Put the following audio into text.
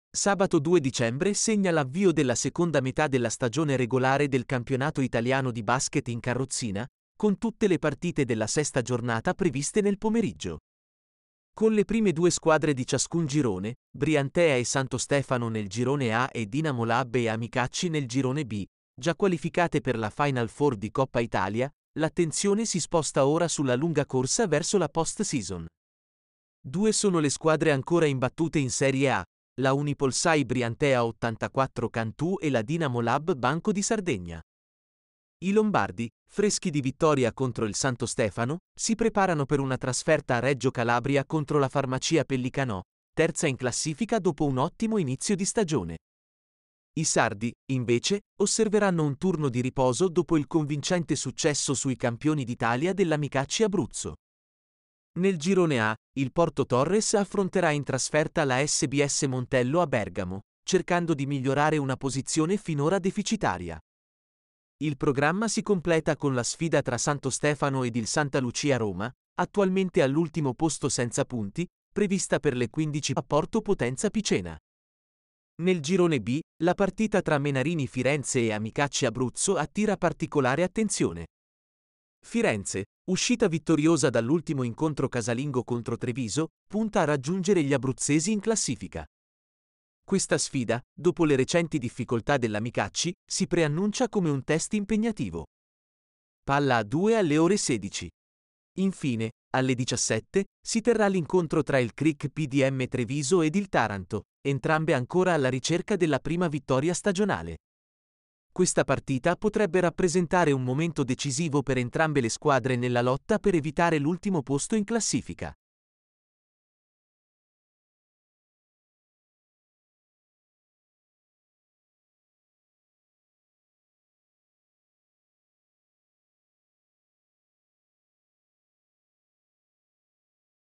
Sabato 2 dicembre segna l'avvio della seconda metà della stagione regolare del campionato italiano di basket in carrozzina, con tutte le partite della sesta giornata previste nel pomeriggio. Con le prime due squadre di ciascun girone, Briantea e Santo Stefano nel girone A e Dinamo Lab e Amicacci nel girone B, già qualificate per la Final Four di Coppa Italia, l'attenzione si sposta ora sulla lunga corsa verso la post-season. Due sono le squadre ancora imbattute in Serie A, la Unipolsai Briantea 84 Cantù e la Dinamo Lab Banco di Sardegna. I lombardi, freschi di vittoria contro il Santo Stefano, si preparano per una trasferta a Reggio Calabria contro la Farmacia Pellicanò, terza in classifica dopo un ottimo inizio di stagione. I sardi, invece, osserveranno un turno di riposo dopo il convincente successo sui campioni d'Italia dell'Amicacci Abruzzo. Nel girone A, il Porto Torres affronterà in trasferta la SBS Montello a Bergamo, cercando di migliorare una posizione finora deficitaria. Il programma si completa con la sfida tra Santo Stefano ed il Santa Lucia Roma, attualmente all'ultimo posto senza punti, prevista per le 15 a Porto Potenza Picena. Nel girone B, la partita tra Menarini Firenze e Amicacci Abruzzo attira particolare attenzione. Firenze, uscita vittoriosa dall'ultimo incontro casalingo contro Treviso, punta a raggiungere gli abruzzesi in classifica. Questa sfida, dopo le recenti difficoltà dell'Amicacci, si preannuncia come un test impegnativo. Palla a 2 alle ore 16. Infine, alle 17, si terrà l'incontro tra il CRIC PDM Treviso ed il Taranto, entrambe ancora alla ricerca della prima vittoria stagionale. Questa partita potrebbe rappresentare un momento decisivo per entrambe le squadre nella lotta per evitare l'ultimo posto in classifica.